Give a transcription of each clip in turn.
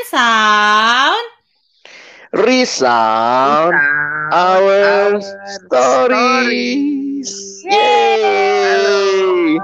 sound. Resound our stories. Yeay.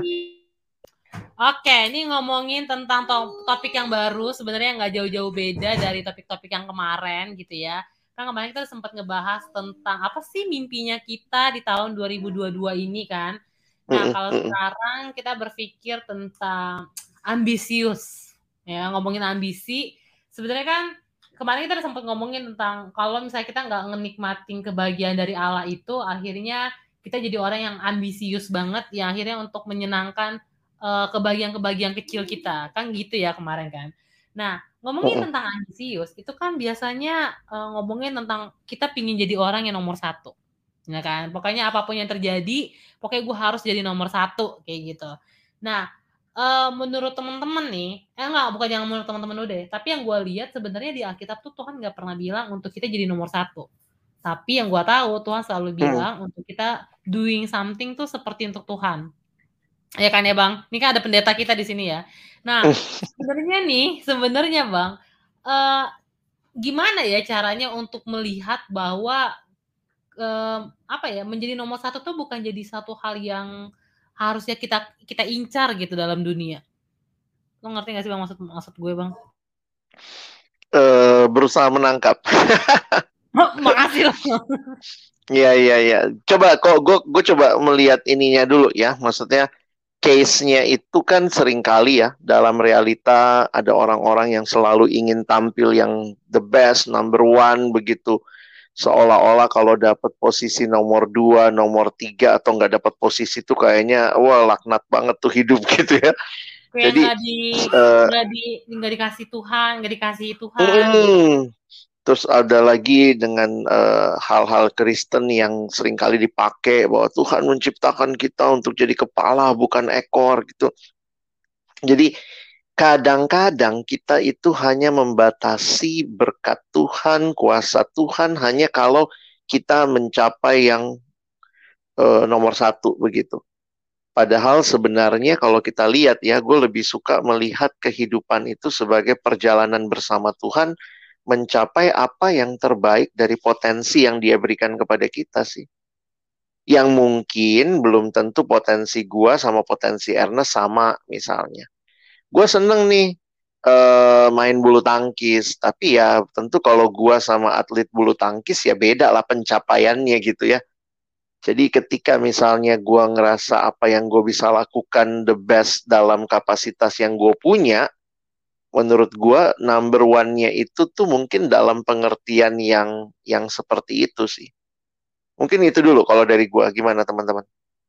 Oke, ini ngomongin tentang topik yang baru, sebenarnya nggak jauh-jauh beda dari topik-topik yang kemarin gitu ya. Kan kemarin kita sempat ngebahas tentang apa sih mimpinya kita di tahun 2022 ini kan. Nah, kalau sekarang kita berpikir tentang ambisius. Ya, ngomongin ambisi, sebenarnya kan kemarin kita sempat ngomongin tentang kalau misalnya kita nggak ngenikmatin kebahagiaan dari Allah itu, akhirnya kita jadi orang yang ambisius banget, yang akhirnya untuk menyenangkan kebahagiaan-kebahagiaan kecil kita. Kan gitu ya kemarin kan. Nah, ngomongin tentang ambisius, itu kan biasanya ngomongin tentang kita pingin jadi orang yang nomor satu. Ya kan? Pokoknya apapun yang terjadi, pokoknya gue harus jadi nomor satu, kayak gitu. Nah, menurut teman-teman nih, bukan yang menurut teman-teman lu deh, tapi yang gue lihat sebenarnya di Alkitab tuh Tuhan nggak pernah bilang untuk kita jadi nomor satu. Tapi yang gue tahu Tuhan selalu bilang untuk kita doing something tuh seperti untuk Tuhan. Ya kan ya Bang? Ini kan ada pendeta kita di sini ya. Nah, sebenarnya Bang, gimana ya caranya untuk melihat bahwa menjadi nomor satu tuh bukan jadi satu hal yang harusnya kita incar gitu dalam dunia. Lo ngerti gak sih Bang maksud gue Bang? Berusaha menangkap. Makasih loh. Iya. Coba gue coba melihat ininya dulu ya. Maksudnya case-nya itu kan seringkali ya dalam realita ada orang-orang yang selalu ingin tampil yang the best, number one begitu. Seolah-olah kalau dapat posisi nomor 2, nomor 3 atau nggak dapat posisi itu kayaknya wah laknat banget tuh hidup gitu ya. Kayak Jadi nggak dikasih Tuhan, nggak dikasih Tuhan gitu. Terus ada lagi dengan hal-hal Kristen yang seringkali dipakai bahwa Tuhan menciptakan kita untuk jadi kepala bukan ekor gitu. Jadi kadang-kadang kita itu hanya membatasi berkat Tuhan, kuasa Tuhan hanya kalau kita mencapai yang nomor satu begitu. Padahal sebenarnya kalau kita lihat ya, gue lebih suka melihat kehidupan itu sebagai perjalanan bersama Tuhan mencapai apa yang terbaik dari potensi yang Dia berikan kepada kita sih. Yang mungkin belum tentu potensi gue sama potensi Ernest sama misalnya. Gue seneng nih main bulu tangkis, tapi ya tentu kalau gue sama atlet bulu tangkis ya beda lah pencapaiannya gitu ya. Jadi ketika misalnya gue ngerasa apa yang gue bisa lakukan the best dalam kapasitas yang gue punya, menurut gue number one-nya itu tuh mungkin dalam pengertian yang seperti itu sih. Mungkin itu dulu kalau dari gue. Gimana teman-teman?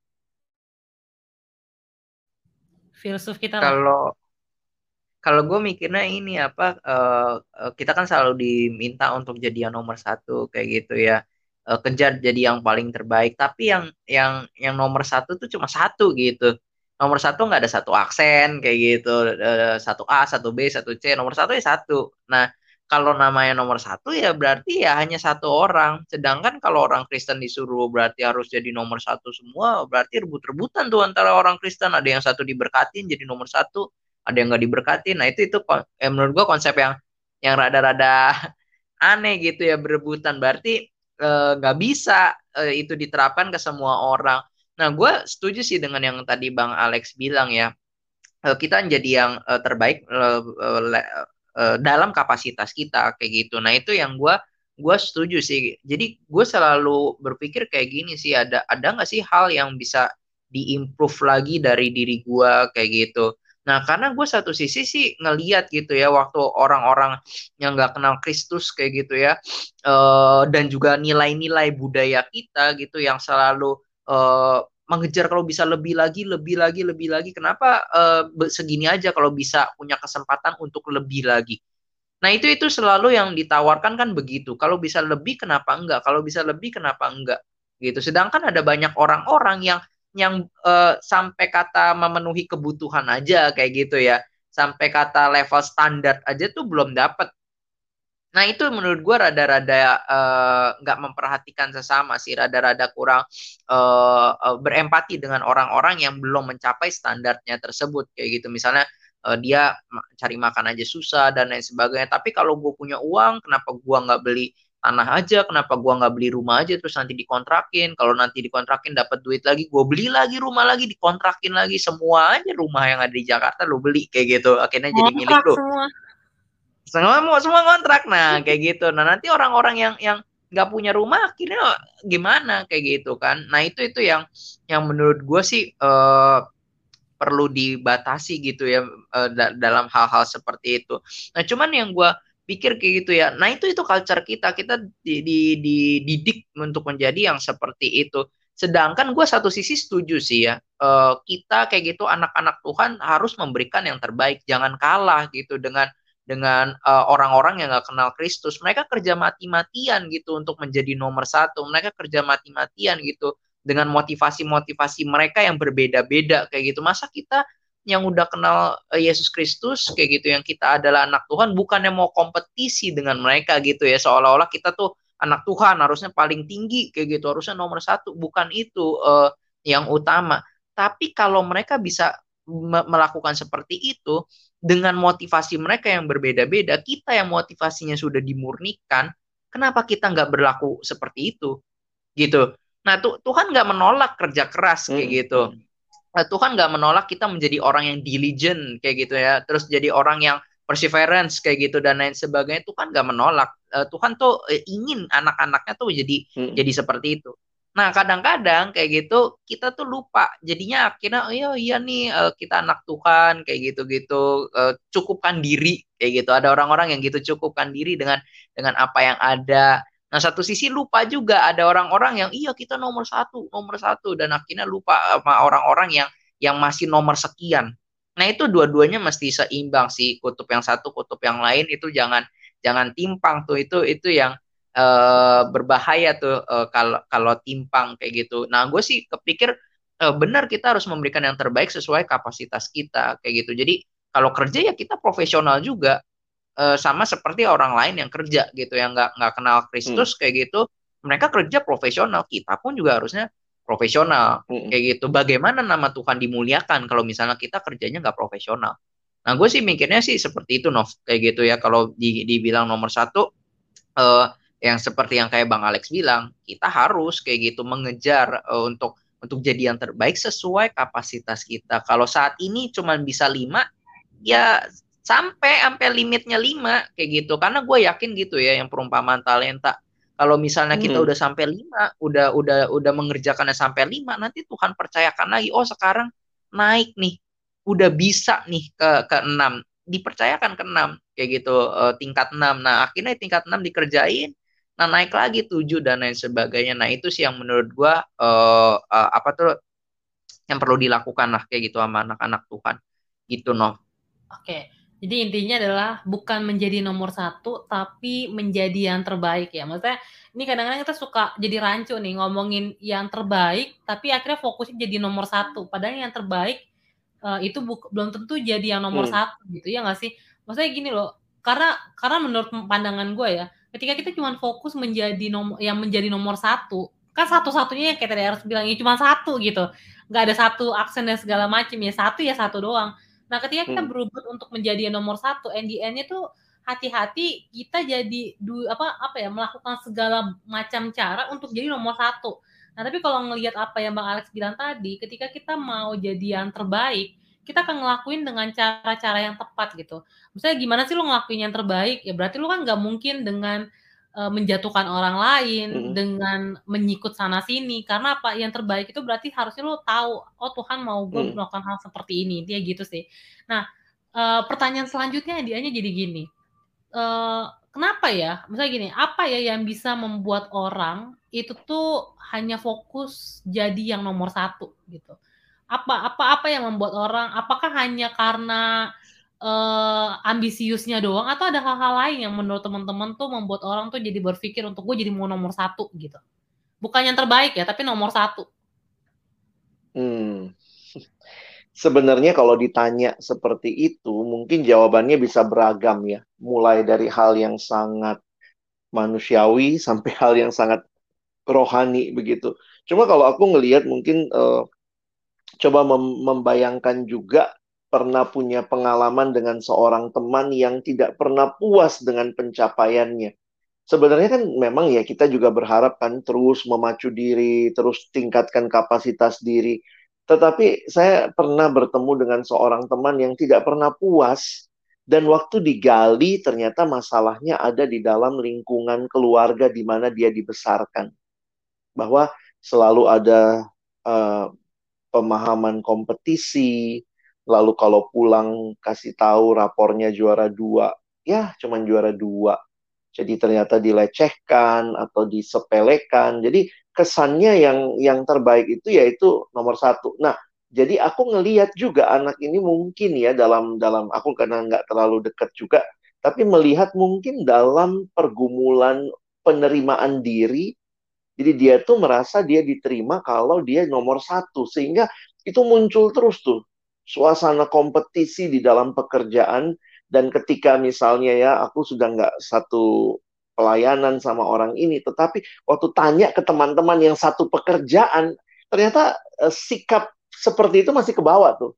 Filsuf kita lah. Kalau gue mikirnya ini kita kan selalu diminta untuk jadi yang nomor satu kayak gitu ya. Kejar jadi yang paling terbaik, tapi yang nomor satu tuh cuma satu gitu. Nomor satu nggak ada satu aksen kayak gitu, satu A, satu B, satu C, nomor satu ya satu. Nah, kalau namanya nomor satu ya berarti ya hanya satu orang. Sedangkan kalau orang Kristen disuruh berarti harus jadi nomor satu semua, berarti rebut-rebutan tuh antara orang Kristen. Ada yang satu diberkatin jadi nomor satu, ada yang nggak diberkatin. Nah itu menurut gua konsep yang rada-rada aneh gitu ya, berebutan. Berarti nggak bisa itu diterapkan ke semua orang. Nah, gue setuju sih dengan yang tadi Bang Alex bilang ya. Kita jadi yang terbaik dalam kapasitas kita kayak gitu. Nah, itu yang gue setuju sih. Jadi gue selalu berpikir kayak gini sih, ada nggak sih hal yang bisa diimprove lagi dari diri gue kayak gitu. Nah, karena gue satu sisi sih ngeliat gitu ya, waktu orang-orang yang nggak kenal Kristus kayak gitu ya, dan juga nilai-nilai budaya kita gitu yang selalu mengejar kalau bisa lebih lagi, lebih lagi, lebih lagi. Kenapa segini aja kalau bisa punya kesempatan untuk lebih lagi? Nah, itu selalu yang ditawarkan kan begitu. Kalau bisa lebih kenapa enggak? Kalau bisa lebih kenapa enggak? Gitu. Sedangkan ada banyak orang-orang yang sampai kata memenuhi kebutuhan aja kayak gitu ya. Sampai kata level standar aja tuh belum dapat. Nah, itu menurut gue rada-rada nggak memperhatikan sesama sih, rada-rada kurang berempati dengan orang-orang yang belum mencapai standarnya tersebut kayak gitu. Misalnya dia cari makan aja susah dan lain sebagainya. Tapi kalau gue punya uang, kenapa gue nggak beli tanah aja, kenapa gua nggak beli rumah aja terus nanti dikontrakin, kalau nanti dikontrakin dapat duit lagi, gue beli lagi rumah lagi, dikontrakin lagi, semua aja rumah yang ada di Jakarta lo beli kayak gitu, akhirnya jadi milik Ngontrak lo, semua. semua kontrak. Nah kayak gitu, nah nanti orang-orang yang nggak punya rumah akhirnya gimana kayak gitu kan. Nah itu yang menurut gue sih perlu dibatasi gitu ya, dalam hal-hal seperti itu. Nah, cuman yang gue pikir kayak gitu ya. Nah, itu culture kita dididik untuk menjadi yang seperti itu. Sedangkan gue satu sisi setuju sih ya, kita kayak gitu anak-anak Tuhan harus memberikan yang terbaik, jangan kalah gitu dengan orang-orang yang nggak kenal Kristus. Mereka kerja mati-matian gitu untuk menjadi nomor satu. Mereka kerja mati-matian gitu dengan motivasi-motivasi mereka yang berbeda-beda kayak gitu. Masa kita yang udah kenal Yesus Kristus kayak gitu, yang kita adalah anak Tuhan, bukannya mau kompetisi dengan mereka gitu ya, seolah-olah kita tuh anak Tuhan harusnya paling tinggi kayak gitu, harusnya nomor satu. Bukan itu yang utama. Tapi kalau mereka bisa melakukan seperti itu dengan motivasi mereka yang berbeda-beda, kita yang motivasinya sudah dimurnikan, kenapa kita nggak berlaku seperti itu gitu. Nah, Tuhan nggak menolak kerja keras kayak gitu. Nah, Tuhan nggak menolak kita menjadi orang yang diligent kayak gitu ya. Terus jadi orang yang perseverance kayak gitu dan lain sebagainya. Tuhan nggak menolak. Tuhan tuh ingin anak-anaknya tuh jadi seperti itu. Nah, kadang-kadang kayak gitu kita tuh lupa. Jadinya akhirnya oh iya nih, kita anak Tuhan kayak gitu-gitu, cukupkan diri kayak gitu. Ada orang-orang yang gitu, cukupkan diri dengan apa yang ada. Nah, satu sisi lupa juga ada orang-orang yang iya kita nomor satu dan akhirnya lupa sama orang-orang yang masih nomor sekian. Nah, itu dua-duanya mesti seimbang sih, kutub yang satu, kutub yang lain itu jangan jangan timpang tuh, itu yang berbahaya tuh kalau kalau timpang kayak gitu. Nah, gue sih kepikir benar kita harus memberikan yang terbaik sesuai kapasitas kita kayak gitu. Jadi kalau kerja ya kita profesional juga, sama seperti orang lain yang kerja gitu yang nggak kenal Kristus kayak gitu, mereka kerja profesional, kita pun juga harusnya profesional kayak gitu. Bagaimana nama Tuhan dimuliakan kalau misalnya kita kerjanya nggak profesional? Nah, gue sih mikirnya sih seperti itu, Nov, kayak gitu ya. Kalau dibilang nomor satu, eh, yang seperti yang kayak Bang Alex bilang, kita harus kayak gitu mengejar untuk jadi yang terbaik sesuai kapasitas kita. Kalau saat ini cuma bisa 5, ya sampai limitnya 5 kayak gitu, karena gue yakin gitu ya, yang perumpamaan talenta, kalau misalnya kita udah sampai 5, udah mengerjakannya sampai 5, nanti Tuhan percayakan lagi, oh sekarang naik nih, udah bisa nih ke 6, dipercayakan ke 6 kayak gitu, tingkat 6. Nah, akhirnya tingkat 6 dikerjain, nah naik lagi 7 dan lain sebagainya. Nah, itu sih yang menurut gue apa tuh yang perlu dilakukan lah kayak gitu sama anak-anak Tuhan gitu, no. Oke, jadi intinya adalah bukan menjadi nomor satu, tapi menjadi yang terbaik ya. Maksudnya ini kadang-kadang kita suka jadi rancu nih ngomongin yang terbaik, tapi akhirnya fokusnya jadi nomor satu. Padahal yang terbaik itu belum tentu jadi yang nomor satu gitu ya nggak sih? Maksudnya gini loh, karena menurut pandangan gue ya, ketika kita cuma fokus menjadi menjadi nomor satu, kan satu-satunya yang kayak tadi harus bilang ya cuma satu gitu, nggak ada satu aksen dan segala macam ya satu doang. Nah, ketika kita berubah untuk menjadi nomor satu, and the end-nya tuh hati-hati kita jadi melakukan segala macam cara untuk jadi nomor satu. Nah, tapi kalau ngelihat apa yang Bang Alex bilang tadi, ketika kita mau jadi yang terbaik, kita akan ngelakuin dengan cara-cara yang tepat gitu. Misalnya gimana sih lo ngelakuin yang terbaik? Ya berarti lo kan nggak mungkin dengan menjatuhkan orang lain, dengan menyikut sana sini. Karena apa? Yang terbaik itu berarti harusnya lo tahu, oh Tuhan mau gue melakukan hal seperti ini. Dia gitu sih. Nah, pertanyaan selanjutnya dianya jadi gini. Kenapa ya? Misalnya gini, apa ya yang bisa membuat orang itu tuh hanya fokus jadi yang nomor satu gitu? Apa yang membuat orang? Apakah hanya karena ambisiusnya doang, atau ada hal-hal lain yang menurut teman-teman tuh membuat orang tuh jadi berpikir untuk gue jadi mau nomor satu gitu? Bukan yang terbaik ya, tapi nomor satu. Sebenarnya kalau ditanya seperti itu, mungkin jawabannya bisa beragam ya. Mulai dari hal yang sangat manusiawi sampai hal yang sangat rohani begitu. Cuma kalau aku ngelihat mungkin coba membayangkan juga pernah punya pengalaman dengan seorang teman yang tidak pernah puas dengan pencapaiannya. Sebenarnya kan memang ya kita juga berharap kan terus memacu diri, terus tingkatkan kapasitas diri. Tetapi saya pernah bertemu dengan seorang teman yang tidak pernah puas. Dan waktu digali ternyata masalahnya ada di dalam lingkungan keluarga di mana dia dibesarkan. Bahwa selalu ada eh, pemahaman kompetisi, lalu kalau pulang kasih tahu rapornya juara dua, ya cuman juara dua. Jadi ternyata dilecehkan atau disepelekan. Jadi kesannya yang terbaik itu yaitu nomor satu. Nah, jadi aku ngelihat juga anak ini mungkin ya dalam aku karena nggak terlalu dekat juga, tapi melihat mungkin dalam pergumulan penerimaan diri. Jadi dia tuh merasa dia diterima kalau dia nomor satu. Sehingga itu muncul terus tuh. Suasana kompetisi di dalam pekerjaan. Dan ketika misalnya ya, aku sudah nggak satu pelayanan sama orang ini. Tetapi waktu tanya ke teman-teman yang satu pekerjaan, ternyata sikap seperti itu masih ke bawah tuh.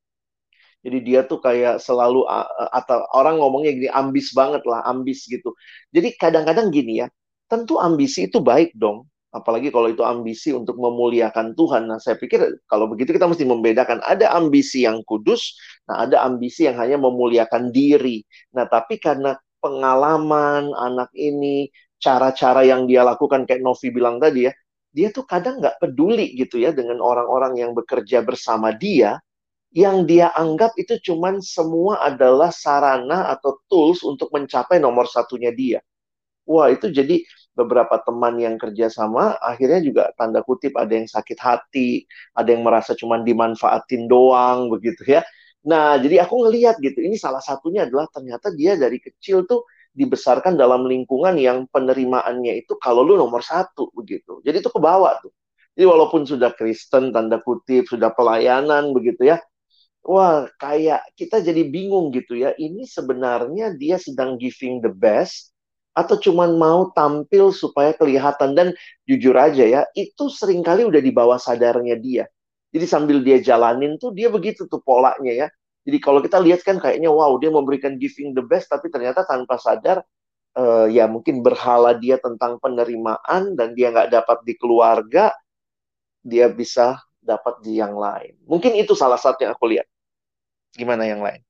Jadi dia tuh kayak selalu, atau orang ngomongnya gini, ambis banget lah, ambis gitu. Jadi kadang-kadang gini ya, tentu ambisi itu baik dong. Apalagi kalau itu ambisi untuk memuliakan Tuhan. Nah, saya pikir kalau begitu kita mesti membedakan. Ada ambisi yang kudus, nah ada ambisi yang hanya memuliakan diri. Nah, tapi karena pengalaman anak ini, cara-cara yang dia lakukan, kayak Novi bilang tadi ya, dia tuh kadang nggak peduli gitu ya dengan orang-orang yang bekerja bersama dia, yang dia anggap itu cuman semua adalah sarana atau tools untuk mencapai nomor satunya dia. Wah, itu jadi beberapa teman yang kerja sama, akhirnya juga tanda kutip ada yang sakit hati, ada yang merasa cuman dimanfaatin doang, begitu ya. Nah, jadi aku ngelihat gitu, ini salah satunya adalah ternyata dia dari kecil tuh dibesarkan dalam lingkungan yang penerimaannya itu kalau lu nomor satu, begitu. Jadi itu ke bawah tuh. Jadi walaupun sudah Kristen, tanda kutip, sudah pelayanan, begitu ya, wah, kayak kita jadi bingung gitu ya. Ini sebenarnya dia sedang giving the best atau cuman mau tampil supaya kelihatan. Dan jujur aja ya, itu seringkali udah di bawah sadarnya dia. Jadi sambil dia jalanin tuh dia begitu tuh polanya ya. Jadi kalau kita lihat kan kayaknya wow dia memberikan giving the best tapi ternyata tanpa sadar ya mungkin berhala dia tentang penerimaan dan dia nggak dapat di keluarga, dia bisa dapat di yang lain. Mungkin itu salah satu yang aku lihat. Gimana yang lain?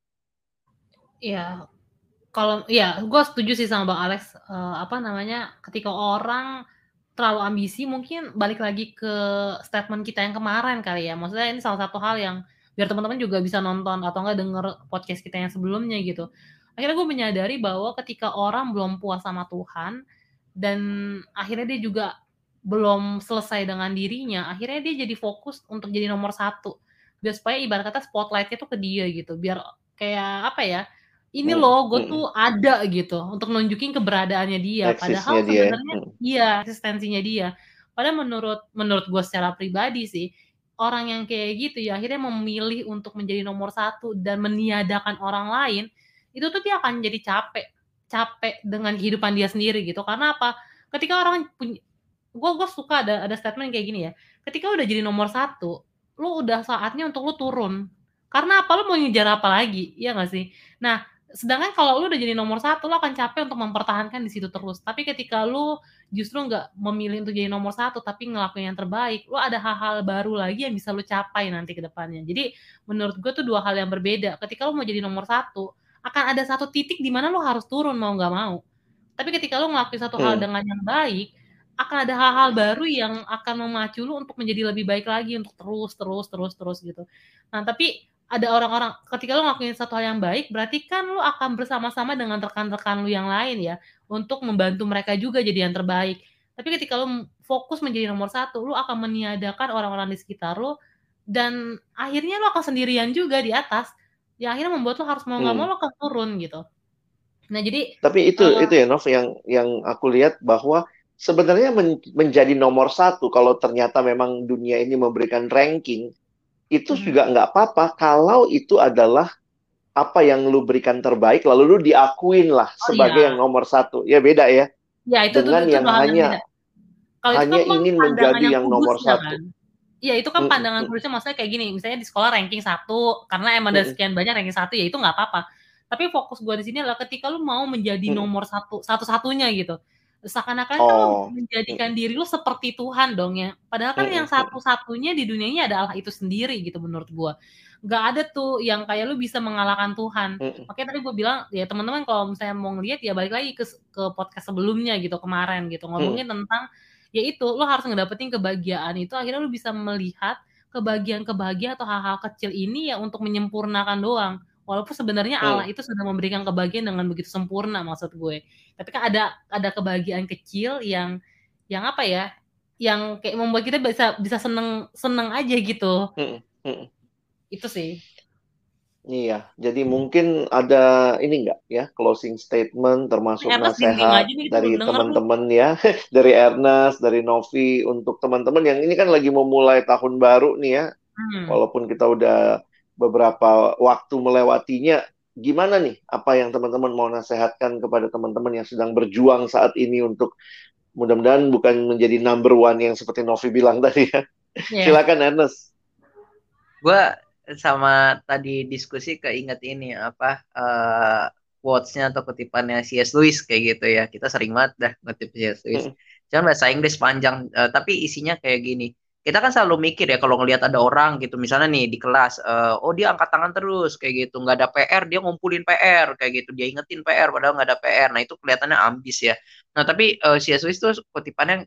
Ya, kalau ya gue setuju sih sama Bang Alex, apa namanya, ketika orang terlalu ambisi mungkin balik lagi ke statement kita yang kemarin kali ya. Maksudnya ini salah satu hal yang biar teman-teman juga bisa nonton atau enggak denger podcast kita yang sebelumnya gitu. Akhirnya gue menyadari bahwa ketika orang belum puas sama Tuhan dan akhirnya dia juga belum selesai dengan dirinya, akhirnya dia jadi fokus untuk jadi nomor satu. Biar supaya ibarat kata spotlight-nya tuh ke dia gitu. Biar kayak apa ya, ini loh gue tuh ada gitu untuk nunjukin keberadaannya dia. Eksisnya Padahal dia. sebenarnya iya eksistensinya dia. Padahal menurut gue secara pribadi sih, orang yang kayak gitu ya akhirnya memilih untuk menjadi nomor satu dan meniadakan orang lain, itu tuh dia akan jadi capek dengan kehidupan dia sendiri gitu. Karena apa? Ketika orang punya, gue suka ada statement kayak gini ya. Ketika udah jadi nomor satu, lu udah saatnya untuk lu turun. Karena apa? Lu mau ngejar apa lagi? Iya nggak sih? Nah, sedangkan kalau lu udah jadi nomor satu, lu akan capek untuk mempertahankan di situ terus. Tapi ketika lu justru nggak memilih untuk jadi nomor satu, tapi ngelakuin yang terbaik, lu ada hal-hal baru lagi yang bisa lu capai nanti ke depannya. Jadi menurut gue tuh dua hal yang berbeda. Ketika lu mau jadi nomor satu, akan ada satu titik di mana lu harus turun mau nggak mau. Tapi ketika lu ngelakuin satu hal dengan yang baik, akan ada hal-hal baru yang akan memacu lu untuk menjadi lebih baik lagi, untuk terus gitu. Nah, tapi ada orang-orang ketika lu ngelakuin satu hal yang baik, berarti kan lu akan bersama-sama dengan rekan-rekan lu yang lain ya, untuk membantu mereka juga jadi yang terbaik. Tapi ketika lu fokus menjadi nomor satu, lu akan meniadakan orang-orang di sekitar lu, dan akhirnya lu akan sendirian juga di atas, yang akhirnya membuat lu harus mau nggak mau lu akan turun gitu. Nah, jadi Tapi itu ya Nov yang aku lihat bahwa sebenarnya menjadi nomor satu kalau ternyata memang dunia ini memberikan ranking itu juga nggak apa-apa kalau itu adalah apa yang lu berikan terbaik lalu lu diakuin lah sebagai yang nomor satu. Ya beda ya. Ya, itu dengan yang hal yang hanya beda. Kalau itu kan ingin menjadi yang nomor satu. kan? Ya itu kan pandangan tulisnya maksudnya kayak gini, misalnya di sekolah ranking 1 karena emang ada sekian banyak ranking 1 ya itu nggak apa-apa. Tapi fokus gue di sini adalah ketika lu mau menjadi nomor satu-satunya gitu. Seakan-akan kan lu menjadikan diri lu seperti Tuhan dong ya. Padahal kan yang satu-satunya di dunia ini adalah itu sendiri gitu menurut gue. Gak ada tuh yang kayak lu bisa mengalahkan Tuhan. Makanya tadi gue bilang ya teman-teman kalau misalnya mau ngeliat ya balik lagi ke podcast sebelumnya gitu kemarin gitu ngomongin tentang yaitu lo harus ngedapetin kebahagiaan itu akhirnya lo bisa melihat kebahagiaan atau hal-hal kecil ini ya untuk menyempurnakan doang walaupun sebenarnya Allah itu sudah memberikan kebahagiaan dengan begitu sempurna maksud gue tapi kan ada kebahagiaan kecil yang apa ya yang kayak membuat kita bisa seneng aja gitu itu sih. Iya, jadi mungkin ada ini enggak ya closing statement termasuk nasihat dari teman-teman ya, dari Ernest, dari Novi untuk teman-teman yang ini kan lagi memulai tahun baru nih ya. Walaupun kita udah beberapa waktu melewatinya, gimana nih apa yang teman-teman mau nasihatkan kepada teman-teman yang sedang berjuang saat ini untuk mudah-mudahan bukan menjadi number one yang seperti Novi bilang tadi ya. Silakan Ernest. Gue sama tadi diskusi keinget ini apa quotes-nya atau kutipannya C.S. Lewis kayak gitu ya. Kita sering banget dah ngutip C.S. Lewis. Jangan bahasa Inggris panjang tapi isinya kayak gini. Kita kan selalu mikir ya kalau ngelihat ada orang gitu misalnya nih di kelas oh dia angkat tangan terus kayak gitu nggak ada PR dia ngumpulin PR kayak gitu dia ingetin PR padahal nggak ada PR. Nah itu kelihatannya ambis ya. Nah tapi C.S. Lewis tuh kutipannya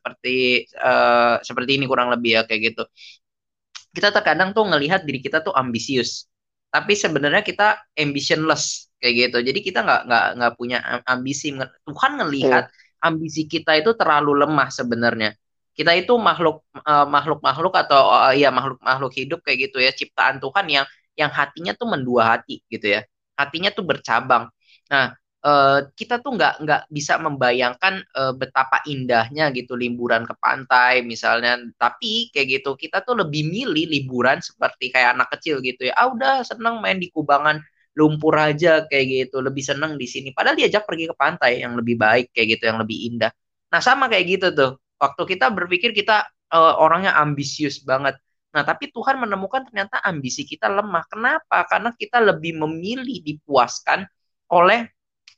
seperti ini kurang lebih ya kayak gitu. Kita terkadang tuh ngelihat diri kita tuh ambisius, tapi sebenarnya kita ambitionless kayak gitu. Jadi kita nggak punya ambisi. Tuhan ngelihat ambisi kita itu terlalu lemah sebenarnya. Kita itu makhluk atau ya makhluk hidup kayak gitu ya, ciptaan Tuhan yang hatinya tuh mendua hati gitu ya. Hatinya tuh bercabang. Nah, kita tuh nggak bisa membayangkan betapa indahnya gitu liburan ke pantai misalnya tapi kayak gitu kita tuh lebih milih liburan seperti kayak anak kecil gitu ya udah seneng main di kubangan lumpur aja kayak gitu lebih seneng di sini padahal diajak pergi ke pantai yang lebih baik kayak gitu yang lebih indah. Nah sama kayak gitu tuh waktu kita berpikir kita orangnya ambisius banget. Nah tapi Tuhan menemukan ternyata ambisi kita lemah. Kenapa? Karena kita lebih memilih dipuaskan oleh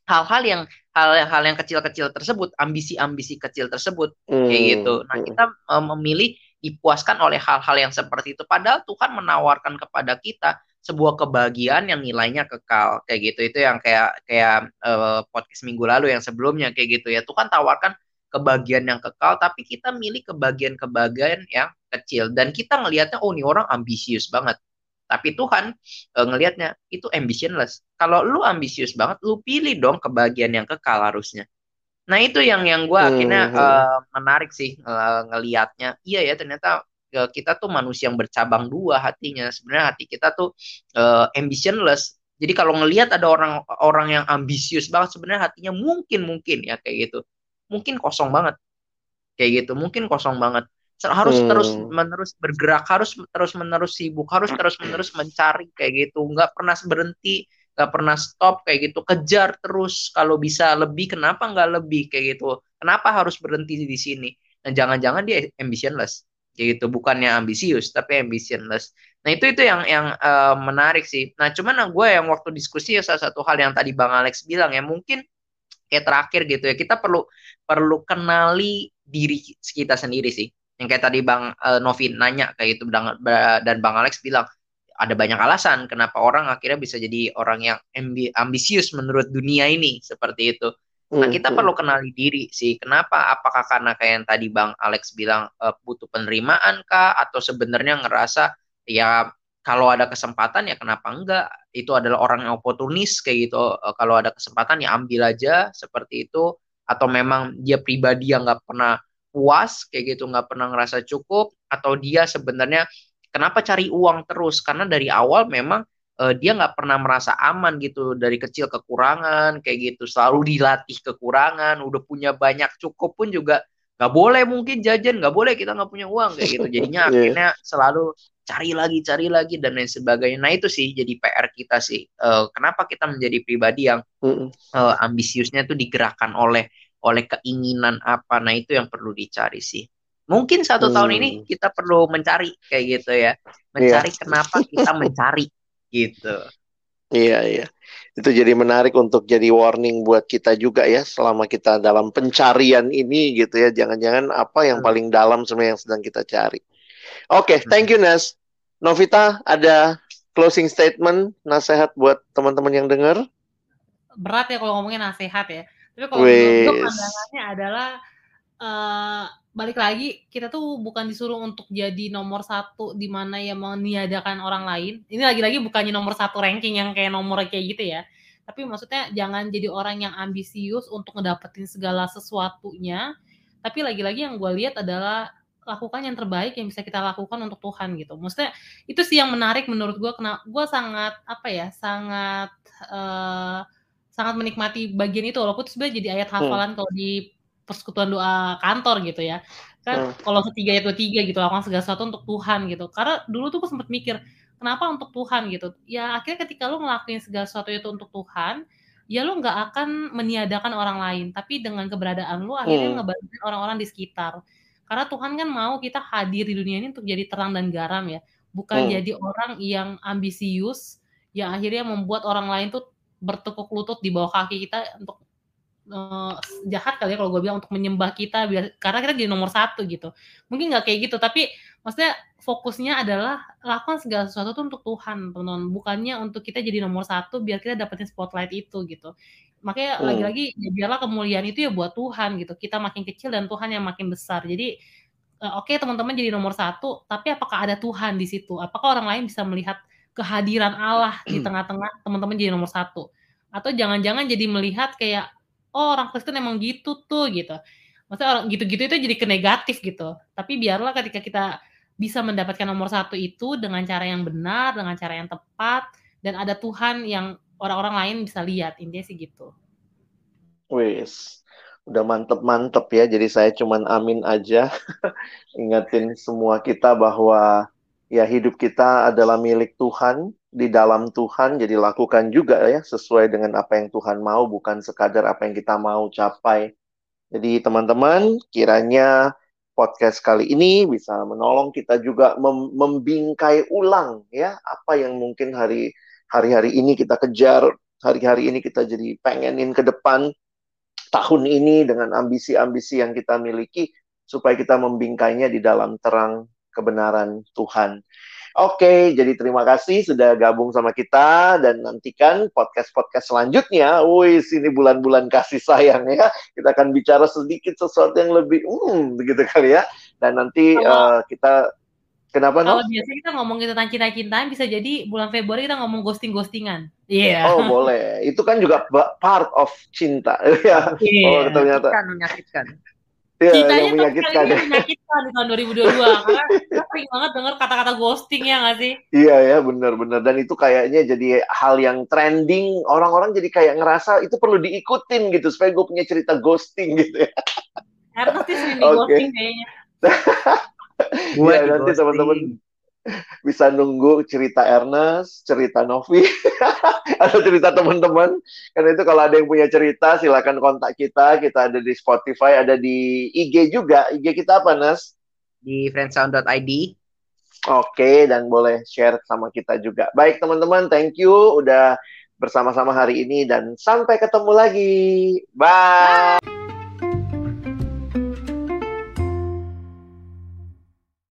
hal-hal yang kecil-kecil tersebut, ambisi-ambisi kecil tersebut, kayak gitu. Nah, kita memilih dipuaskan oleh hal-hal yang seperti itu. Padahal Tuhan menawarkan kepada kita sebuah kebahagiaan yang nilainya kekal, kayak gitu. Itu yang kayak podcast minggu lalu yang sebelumnya, kayak gitu ya. Tuhan tawarkan kebahagiaan yang kekal, tapi kita milih kebahagiaan yang kecil. Dan kita ngelihatnya, oh ini orang ambisius banget. Tapi Tuhan ngelihatnya itu ambitionless. Kalau lu ambisius banget, lu pilih dong kebahagiaan yang kekal harusnya. Nah itu yang gue akhirnya menarik sih ngelihatnya. Iya ya ternyata kita tuh manusia yang bercabang dua hatinya. Sebenarnya hati kita tuh ambitionless. Jadi kalau ngelihat ada orang yang ambisius banget, sebenarnya hatinya mungkin ya kayak gitu. Mungkin kosong banget. Kayak gitu, mungkin kosong banget. Harus terus-menerus bergerak, harus terus-menerus sibuk, harus terus-menerus mencari kayak gitu, nggak pernah berhenti, nggak pernah stop kayak gitu, kejar terus kalau bisa lebih, kenapa nggak lebih kayak gitu, kenapa harus berhenti di sini. Nah jangan-jangan dia ambitionless kayak gitu, bukannya ambisius tapi ambitionless. Nah itu yang menarik sih. Nah cuman gue yang waktu diskusi ya salah satu hal yang tadi Bang Alex bilang ya mungkin kayak terakhir gitu ya kita perlu kenali diri kita sendiri sih yang kayak tadi Bang Novi nanya kayak gitu dan Bang Alex bilang ada banyak alasan kenapa orang akhirnya bisa jadi orang yang ambisius menurut dunia ini seperti itu. Nah kita perlu kenali diri sih kenapa, apakah karena kayak yang tadi Bang Alex bilang butuh penerimaan kah atau sebenarnya ngerasa ya kalau ada kesempatan ya kenapa enggak, itu adalah orang yang oportunis kayak gitu, kalau ada kesempatan ya ambil aja seperti itu, atau memang dia pribadi yang nggak pernah puas kayak gitu, nggak pernah ngerasa cukup, atau dia sebenarnya kenapa cari uang terus karena dari awal memang dia nggak pernah merasa aman gitu, dari kecil kekurangan kayak gitu, selalu dilatih kekurangan, udah punya banyak cukup pun juga nggak boleh mungkin jajan, nggak boleh kita nggak punya uang kayak gitu, jadinya akhirnya selalu cari lagi dan lain sebagainya. Nah itu sih jadi PR kita sih. Kenapa kita menjadi pribadi yang ambisiusnya itu digerakkan oleh keinginan apa? Nah itu yang perlu dicari sih. Mungkin 1 tahun ini kita perlu mencari kayak gitu ya. Mencari kenapa kita mencari gitu. Iya. Itu jadi menarik untuk jadi warning buat kita juga ya, selama kita dalam pencarian ini gitu ya. Jangan-jangan apa yang paling dalam sebenarnya yang sedang kita cari. Oke, thank you Nas. Novita, ada closing statement, nasihat buat teman-teman yang dengar? Berat ya kalau ngomongin nasihat ya. Tapi kalau menurut gue pandangannya adalah balik lagi, kita tuh bukan disuruh untuk jadi nomor 1 di mana yang meniadakan orang lain. Ini lagi-lagi bukannya nomor 1 ranking yang kayak nomor kayak gitu ya. Tapi maksudnya jangan jadi orang yang ambisius untuk ngedapetin segala sesuatunya. Tapi lagi-lagi yang gue lihat adalah lakukan yang terbaik yang bisa kita lakukan untuk Tuhan gitu. Maksudnya itu sih yang menarik menurut gue. Gue sangat sangat menikmati bagian itu, walaupun itu sebenarnya jadi ayat hafalan kalau di persekutuan doa kantor gitu ya. Kan kalau 3 ayat 23 gitu, lakukan segala sesuatu untuk Tuhan gitu. Karena dulu tuh gue sempat mikir, kenapa untuk Tuhan gitu? Ya akhirnya ketika lu ngelakuin segala sesuatu itu untuk Tuhan, ya lu nggak akan meniadakan orang lain, tapi dengan keberadaan lu akhirnya ngebantuin orang-orang di sekitar. Karena Tuhan kan mau kita hadir di dunia ini untuk jadi terang dan garam ya, bukan jadi orang yang ambisius, yang akhirnya membuat orang lain tuh bertekuk lutut di bawah kaki kita untuk jahat kali ya kalau gue bilang, untuk menyembah kita karena kita jadi nomor 1 gitu. Mungkin nggak kayak gitu, tapi maksudnya fokusnya adalah lakukan segala sesuatu tuh untuk Tuhan, teman-teman. Bukannya untuk kita jadi nomor 1 biar kita dapetin spotlight itu gitu. Makanya lagi-lagi ya biarlah kemuliaan itu ya buat Tuhan gitu. Kita makin kecil dan Tuhan yang makin besar. Jadi oke, teman-teman jadi nomor 1, tapi apakah ada Tuhan di situ? Apakah orang lain bisa melihat kehadiran Allah di tengah-tengah teman-teman jadi nomor 1? Atau jangan-jangan jadi melihat kayak, oh orang Kristen emang gitu tuh gitu. Maksudnya orang gitu-gitu itu jadi ke negatif gitu. Tapi biarlah ketika kita bisa mendapatkan nomor 1 itu dengan cara yang benar, dengan cara yang tepat, dan ada Tuhan yang orang-orang lain bisa lihat. Intinya sih gitu. Wis, udah mantep-mantep ya. Jadi saya cuman amin aja. Ingatin semua kita bahwa ya hidup kita adalah milik Tuhan, di dalam Tuhan, jadi lakukan juga ya sesuai dengan apa yang Tuhan mau, bukan sekadar apa yang kita mau capai. Jadi teman-teman, kiranya podcast kali ini bisa menolong kita juga membingkai ulang ya apa yang mungkin hari-hari ini kita kejar, hari-hari ini kita jadi pengenin ke depan tahun ini dengan ambisi-ambisi yang kita miliki, supaya kita membingkainya di dalam terang kebenaran Tuhan. Oke, jadi terima kasih sudah gabung sama kita, dan nantikan podcast-podcast selanjutnya. Wih, ini bulan-bulan kasih sayang ya. Kita akan bicara sedikit sesuatu yang lebih begitu kali ya. Dan nanti kita kenapa Kalau biasanya kita ngomongin tentang cinta-cintaan, bisa jadi bulan Februari kita ngomong ghosting-ghostingan. Iya. Oh, boleh. Itu kan juga part of cinta. Ya. Oh, ternyata menyakitkan. Iya, Cintanya yang menyakitkan. Menyakitkan di tahun 2022. Karena kita sering banget dengar kata-kata ghosting, ya nggak sih? Iya ya, benar-benar. Dan itu kayaknya jadi hal yang trending. Orang-orang jadi kayak ngerasa itu perlu diikutin gitu, supaya gue punya cerita ghosting gitu ya. Karena sih sering di ghosting kayaknya. Iya, nanti teman-teman bisa nunggu cerita Ernest, cerita Novi, atau cerita teman-teman. Karena itu kalau ada yang punya cerita, silakan kontak kita. Kita ada di Spotify, ada di IG juga. IG kita apa, Nas? Di friendsound.id. Oke, dan boleh share sama kita juga. Baik, teman-teman, thank you udah bersama-sama hari ini, dan sampai ketemu lagi. Bye!